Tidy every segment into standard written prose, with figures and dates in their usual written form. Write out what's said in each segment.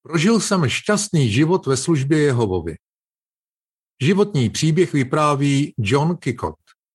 Prožil jsem šťastný život ve službě Jehovovi. Životní příběh vypráví John Kikot.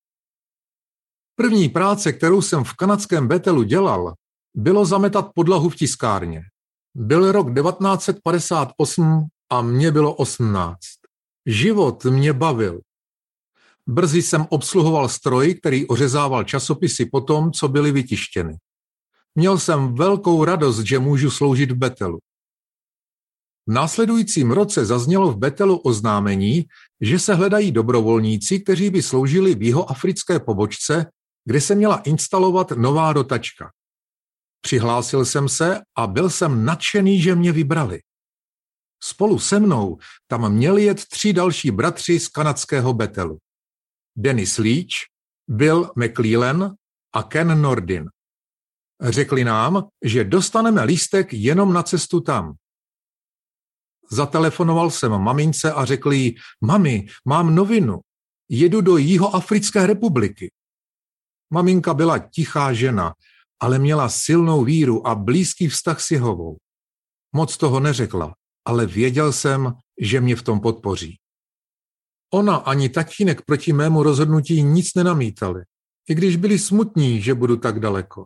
První práce, kterou jsem v kanadském Bethelu dělal, bylo zametat podlahu v tiskárně. Byl rok 1958 a mně bylo 18. Život mě bavil. Brzy jsem obsluhoval stroj, který ořezával časopisy po tom, co byly vytištěny. Měl jsem velkou radost, že můžu sloužit v Bethelu. V následujícím roce zaznělo v Bethelu oznámení, že se hledají dobrovolníci, kteří by sloužili v jihoafrické pobočce, kde se měla instalovat nová rotačka. Přihlásil jsem se a byl jsem nadšený, že mě vybrali. Spolu se mnou tam měli jet 3 další bratři z kanadského Bethelu. Dennis Leach, Bill McClellan a Ken Nordin. Řekli nám, že dostaneme lístek jenom na cestu tam. Zatelefonoval jsem mamince a řekl jí: Mami, mám novinu. Jedu do Jihoafrické republiky. Maminka byla tichá žena, ale měla silnou víru a blízký vztah s Jehovou. Moc toho neřekla, ale věděl jsem, že mě v tom podpoří. Ona ani tatínek proti mému rozhodnutí nic nenamítali, i když byli smutní, že budu tak daleko.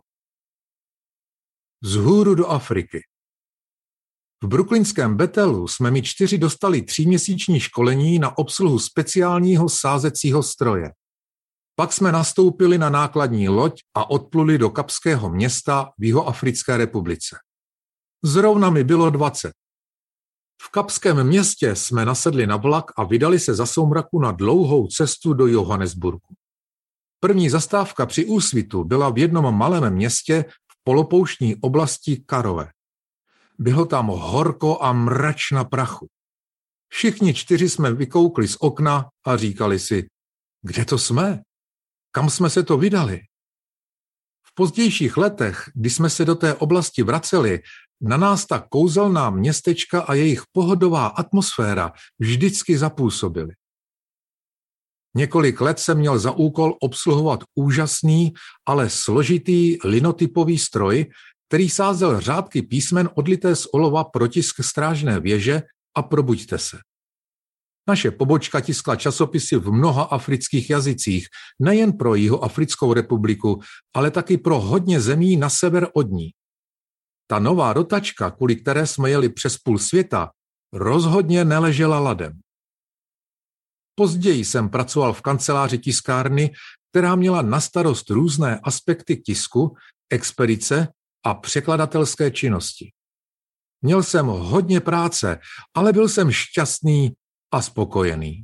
Vzhůru do Afriky. V brooklynském Bethelu jsme my 4 dostali 3měsíční školení na obsluhu speciálního sázecího stroje. Pak jsme nastoupili na nákladní loď a odpluli do Kapského města v Jihoafrické republice. Zrovna mi bylo 20. V Kapském městě jsme nasedli na vlak a vydali se za soumraku na dlouhou cestu do Johannesburgu. První zastávka při úsvitu byla v jednom malém městě v polopouštní oblasti Karové. Bylo tam horko a mrač na prachu. Všichni 4 jsme vykoukli z okna a říkali si: kde to jsme? Kam jsme se to vydali? V pozdějších letech, kdy jsme se do té oblasti vraceli, na nás ta kouzelná městečka a jejich pohodová atmosféra vždycky zapůsobily. Několik let jsem měl za úkol obsluhovat úžasný, ale složitý linotypový stroj, který sázel řádky písmen odlité z olova pro tisk strážné věže a Probuďte se. Naše pobočka tiskla časopisy v mnoha afrických jazycích, nejen pro Jihoafrickou republiku, ale taky pro hodně zemí na sever od ní. Ta nová rotačka, kvůli které jsme jeli přes půl světa, rozhodně neležela ladem. Později jsem pracoval v kanceláři tiskárny, která měla na starost různé aspekty tisku, expedice a překladatelské činnosti. Měl jsem hodně práce, ale byl jsem šťastný a spokojený.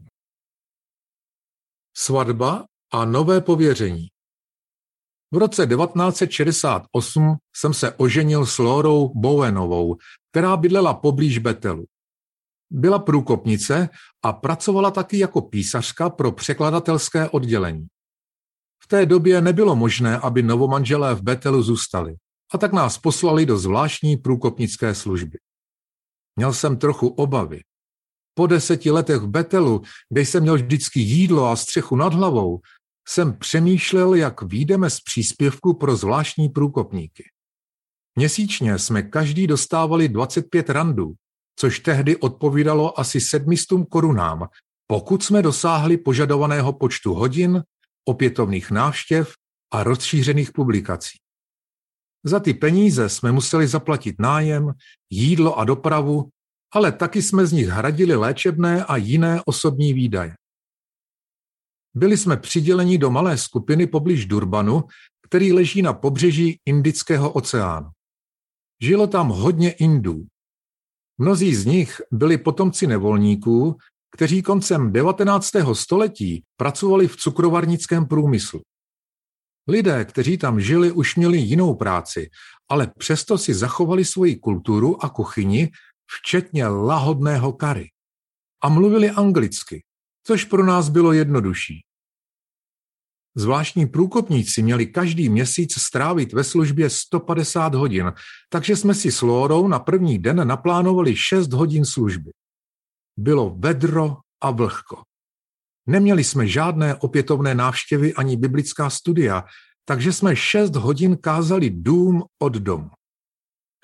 Svatba a nové pověření. V roce 1968 jsem se oženil s Laurou Bowenovou, která bydlela poblíž Bethelu. Byla průkopnice a pracovala taky jako písařka pro překladatelské oddělení. V té době nebylo možné, aby novomanželé v Bethelu zůstali, a tak nás poslali do zvláštní průkopnické služby. Měl jsem trochu obavy. Po 10 letech v Bethelu, kde jsem měl vždycky jídlo a střechu nad hlavou, jsem přemýšlel, jak vyjdeme z příspěvku pro zvláštní průkopníky. Měsíčně jsme každý dostávali 25 randů, což tehdy odpovídalo asi 700 korunám, pokud jsme dosáhli požadovaného počtu hodin, opětovných návštěv a rozšířených publikací. Za ty peníze jsme museli zaplatit nájem, jídlo a dopravu, ale taky jsme z nich hradili léčebné a jiné osobní výdaje. Byli jsme přiděleni do malé skupiny poblíž Durbanu, který leží na pobřeží Indického oceánu. Žilo tam hodně Indů. Mnozí z nich byli potomci nevolníků, kteří koncem 19. století pracovali v cukrovarnickém průmyslu. Lidé, kteří tam žili, už měli jinou práci, ale přesto si zachovali svoji kulturu a kuchyni, včetně lahodného curry. A mluvili anglicky, což pro nás bylo jednodušší. Zvláštní průkopníci měli každý měsíc strávit ve službě 150 hodin, takže jsme si s Lórou na první den naplánovali 6 hodin služby. Bylo vedro a vlhko. Neměli jsme žádné opětovné návštěvy ani biblická studia, takže jsme 6 hodin kázali dům od domu.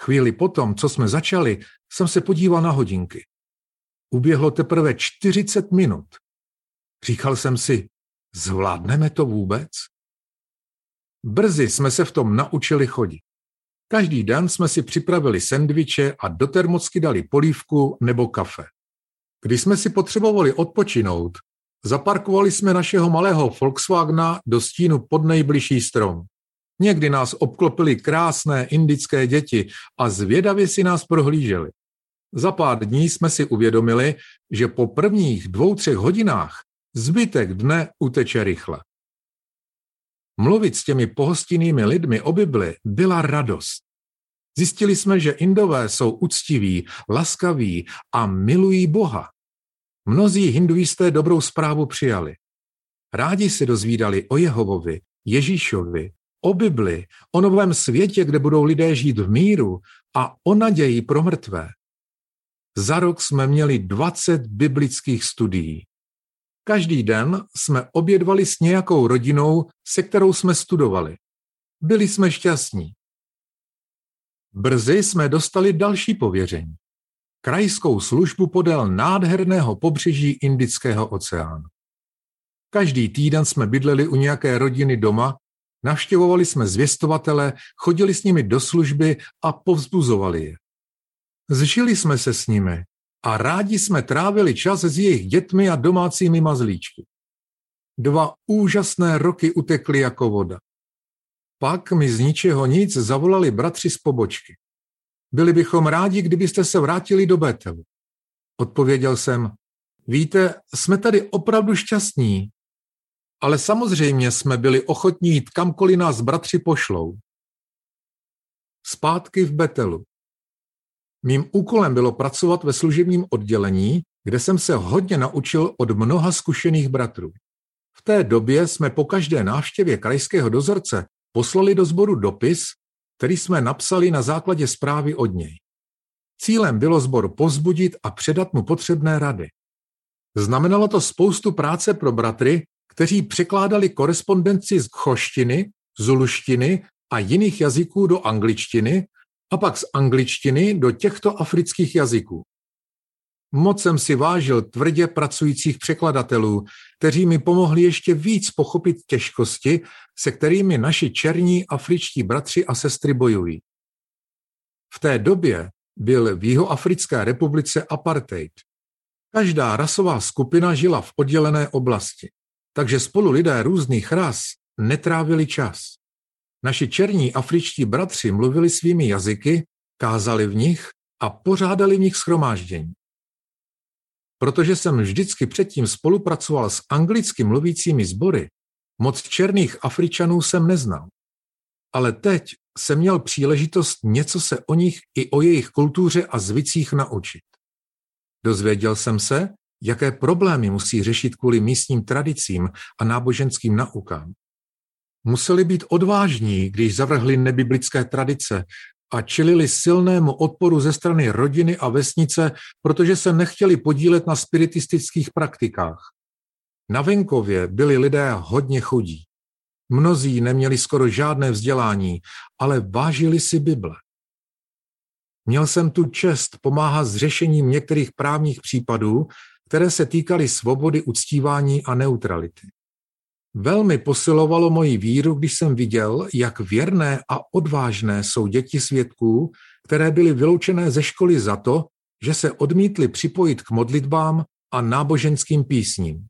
Chvíli potom, co jsme začali, jsem se podíval na hodinky. Uběhlo teprve 40 minut. Říkal jsem si, zvládneme to vůbec? Brzy jsme se v tom naučili chodit. Každý den jsme si připravili sendviče a do termocky dali polívku nebo kafe. Když jsme si potřebovali odpočinout, zaparkovali jsme našeho malého Volkswagena do stínu pod nejbližší strom. Někdy nás obklopily krásné indické děti a zvědavě si nás prohlíželi. Za pár dní jsme si uvědomili, že po prvních 2-3 hodinách zbytek dne uteče rychle. Mluvit s těmi pohostinnými lidmi o Bibli byla radost. Zjistili jsme, že Indové jsou uctiví, laskaví a milují Boha. Mnozí hinduisté dobrou zprávu přijali. Rádi se dozvídali o Jehovovi, Ježíšovi, o Bibli, o novém světě, kde budou lidé žít v míru a o naději pro mrtvé. Za rok jsme měli 20 biblických studií. Každý den jsme obědvali s nějakou rodinou, se kterou jsme studovali. Byli jsme šťastní. Brzy jsme dostali další pověření. Krajskou službu podél nádherného pobřeží Indického oceánu. Každý týden jsme bydleli u nějaké rodiny doma, navštěvovali jsme zvěstovatele, chodili s nimi do služby a povzbuzovali je. Zžili jsme se s nimi a rádi jsme trávili čas s jejich dětmi a domácími mazlíčky. 2 úžasné roky utekly jako voda. Pak mi z ničeho nic zavolali bratři z pobočky. Byli bychom rádi, kdybyste se vrátili do Betelu. Odpověděl jsem, víte, jsme tady opravdu šťastní, ale samozřejmě jsme byli ochotní jít kamkoliv nás bratři pošlou. Zpátky v Betelu. Mým úkolem bylo pracovat ve služebním oddělení, kde jsem se hodně naučil od mnoha zkušených bratrů. V té době jsme po každé návštěvě krajského dozorce poslali do sboru dopis, který jsme napsali na základě zprávy od něj. Cílem bylo sbor povzbudit a předat mu potřebné rady. Znamenalo to spoustu práce pro bratry, kteří překládali korespondenci z choštiny, zuluštiny a jiných jazyků do angličtiny a pak z angličtiny do těchto afrických jazyků. Moc jsem si vážil tvrdě pracujících překladatelů, kteří mi pomohli ještě víc pochopit těžkosti, se kterými naši černí afričtí bratři a sestry bojují. V té době byl v Jihoafrické republice apartheid. Každá rasová skupina žila v oddělené oblasti, takže spolu lidé různých ras netrávili čas. Naši černí afričtí bratři mluvili svými jazyky, kázali v nich a pořádali v nich shromáždění. Protože jsem vždycky předtím spolupracoval s anglicky mluvícími sbory, moc černých Afričanů jsem neznal. Ale teď jsem měl příležitost něco se o nich i o jejich kultuře a zvycích naučit. Dozvěděl jsem se, jaké problémy musí řešit kvůli místním tradicím a náboženským naukám. Museli být odvážní, když zavrhli nebiblické tradice a čelili silnému odporu ze strany rodiny a vesnice, protože se nechtěli podílet na spiritistických praktikách. Na venkově byli lidé hodně chudí. Mnozí neměli skoro žádné vzdělání, ale vážili si Bible. Měl jsem tu čest pomáhat s řešením některých právních případů, které se týkaly svobody uctívání a neutrality. Velmi posilovalo moji víru, když jsem viděl, jak věrné a odvážné jsou děti svědků, které byly vyloučené ze školy za to, že se odmítly připojit k modlitbám a náboženským písním.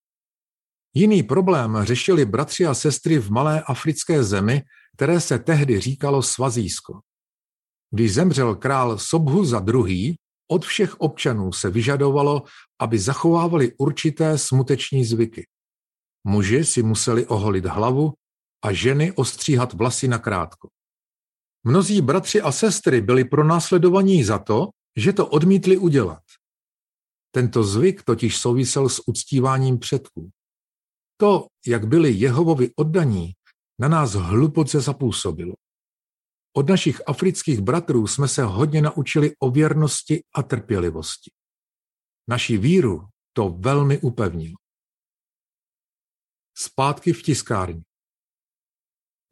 Jiný problém řešili bratři a sestry v malé africké zemi, které se tehdy říkalo Svazijsko. Když zemřel král Sobhuza II., od všech občanů se vyžadovalo, aby zachovávali určité smuteční zvyky. Muži si museli oholit hlavu a ženy ostříhat vlasy nakrátko. Mnozí bratři a sestry byli pronásledovaní za to, že to odmítli udělat. Tento zvyk totiž souvisel s uctíváním předků. To, jak byli Jehovovi oddaní, na nás hluboce zapůsobilo. Od našich afrických bratrů jsme se hodně naučili o věrnosti a trpělivosti. Naši víru to velmi upevnilo. Zpátky v tiskárně.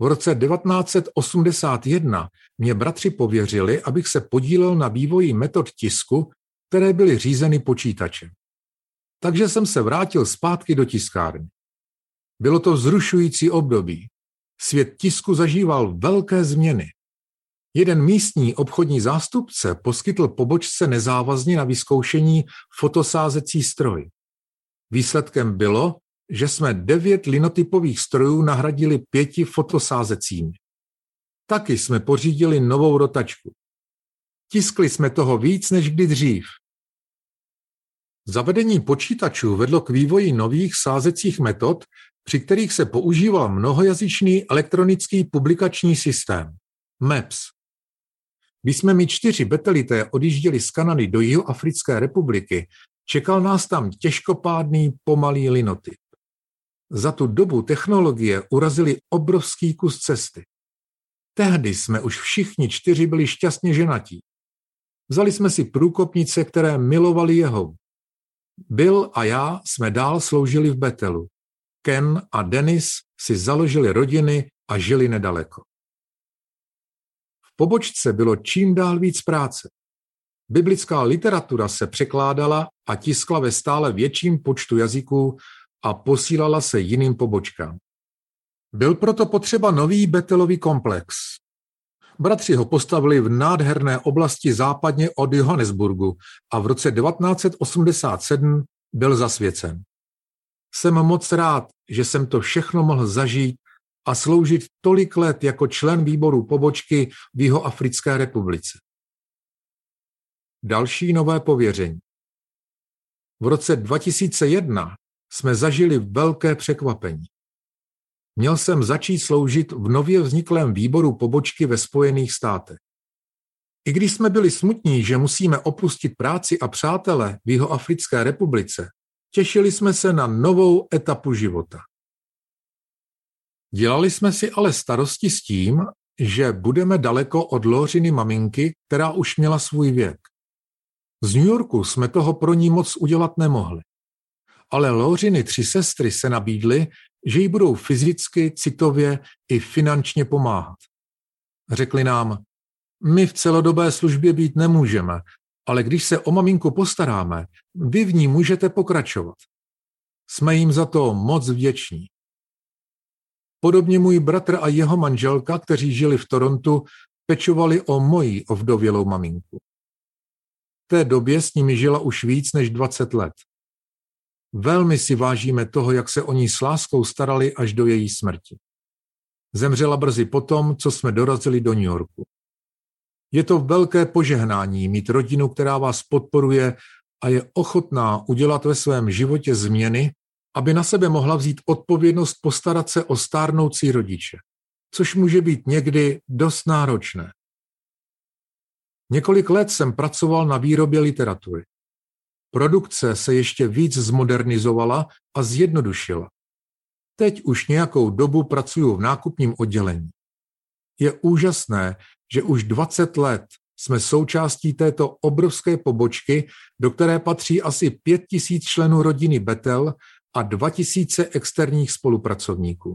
V roce 1981 mě bratři pověřili, abych se podílel na vývoji metod tisku, které byly řízeny počítačem. Takže jsem se vrátil zpátky do tiskárny. Bylo to vzrušující období. Svět tisku zažíval velké změny. Jeden místní obchodní zástupce poskytl pobočce nezávazně na vyzkoušení fotosázecí stroj. Výsledkem bylo, že jsme 9 linotypových strojů nahradili 5 fotosázecími. Taky jsme pořídili novou rotačku. Tiskli jsme toho víc než kdy dřív. Zavedení počítačů vedlo k vývoji nových sázecích metod, při kterých se používal mnohojazyčný elektronický publikační systém MAPS. Když jsme my 4 betelité odjížděli z Kanady do Jihoafrické republiky, čekal nás tam těžkopádný pomalý linotyp. Za tu dobu technologie urazily obrovský kus cesty. Tehdy jsme už všichni 4 byli šťastně ženatí. Vzali jsme si průkopnice, které milovali Jehovu. Bill a já jsme dál sloužili v Betelu. Ken a Dennis si založili rodiny a žili nedaleko. V pobočce bylo čím dál víc práce. Biblická literatura se překládala a tiskla ve stále větším počtu jazyků a posílala se jiným pobočkám. Byl proto potřeba nový Betelový komplex. Bratři ho postavili v nádherné oblasti západně od Johannesburgu a v roce 1987 byl zasvěcen. Jsem moc rád, že jsem to všechno mohl zažít a sloužit tolik let jako člen výboru pobočky v Jihoafrické republice. Další nové pověření. V roce 2001 jsme zažili velké překvapení. Měl jsem začít sloužit v nově vzniklém výboru pobočky ve Spojených státech. I když jsme byli smutní, že musíme opustit práci a přátele v Jihoafrické republice, těšili jsme se na novou etapu života. Dělali jsme si ale starosti s tím, že budeme daleko od Lóřiny maminky, která už měla svůj věk. Z New Yorku jsme toho pro ní moc udělat nemohli. Ale Lóřiny 3 sestry se nabídly, že jí budou fyzicky, citově i finančně pomáhat. Řekli nám, my v celodobé službě být nemůžeme, ale když se o maminku postaráme, vy v ní můžete pokračovat. Jsme jim za to moc vděční. Podobně můj bratr a jeho manželka, kteří žili v Torontu, pečovali o moji ovdovělou maminku. V té době s nimi žila už víc než 20 let. Velmi si vážíme toho, jak se o ní s láskou starali až do její smrti. Zemřela brzy potom, co jsme dorazili do New Yorku. Je to velké požehnání mít rodinu, která vás podporuje a je ochotná udělat ve svém životě změny, aby na sebe mohla vzít odpovědnost postarat se o stárnoucí rodiče, což může být někdy dost náročné. Několik let jsem pracoval na výrobě literatury. Produkce se ještě víc zmodernizovala a zjednodušila. Teď už nějakou dobu pracuju v nákupním oddělení. Je úžasné, že už 20 let jsme součástí této obrovské pobočky, do které patří asi 5 000 členů rodiny Betel a 2 000 externích spolupracovníků.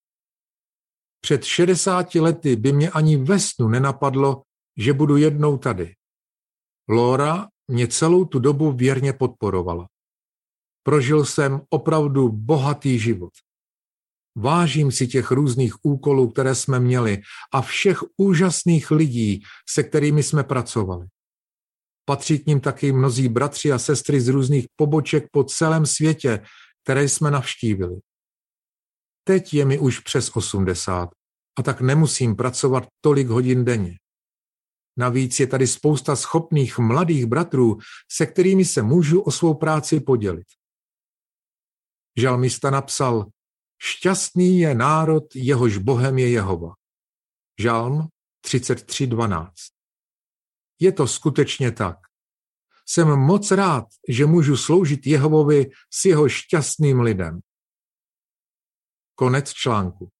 Před 60 lety by mě ani ve snu nenapadlo, že budu jednou tady. Laura mě celou tu dobu věrně podporovala. Prožil jsem opravdu bohatý život. Vážím si těch různých úkolů, které jsme měli a všech úžasných lidí, se kterými jsme pracovali. Patří k nim taky mnozí bratři a sestry z různých poboček po celém světě, které jsme navštívili. Teď je mi už přes 80 a tak nemusím pracovat tolik hodin denně. Navíc je tady spousta schopných mladých bratrů, se kterými se můžu o svou práci podělit. Žalmista napsal: Šťastný je národ, jehož Bohem je Jehova. Žalm 33:12. Je to skutečně tak. Jsem moc rád, že můžu sloužit Jehovovi s jeho šťastným lidem. Konec článku.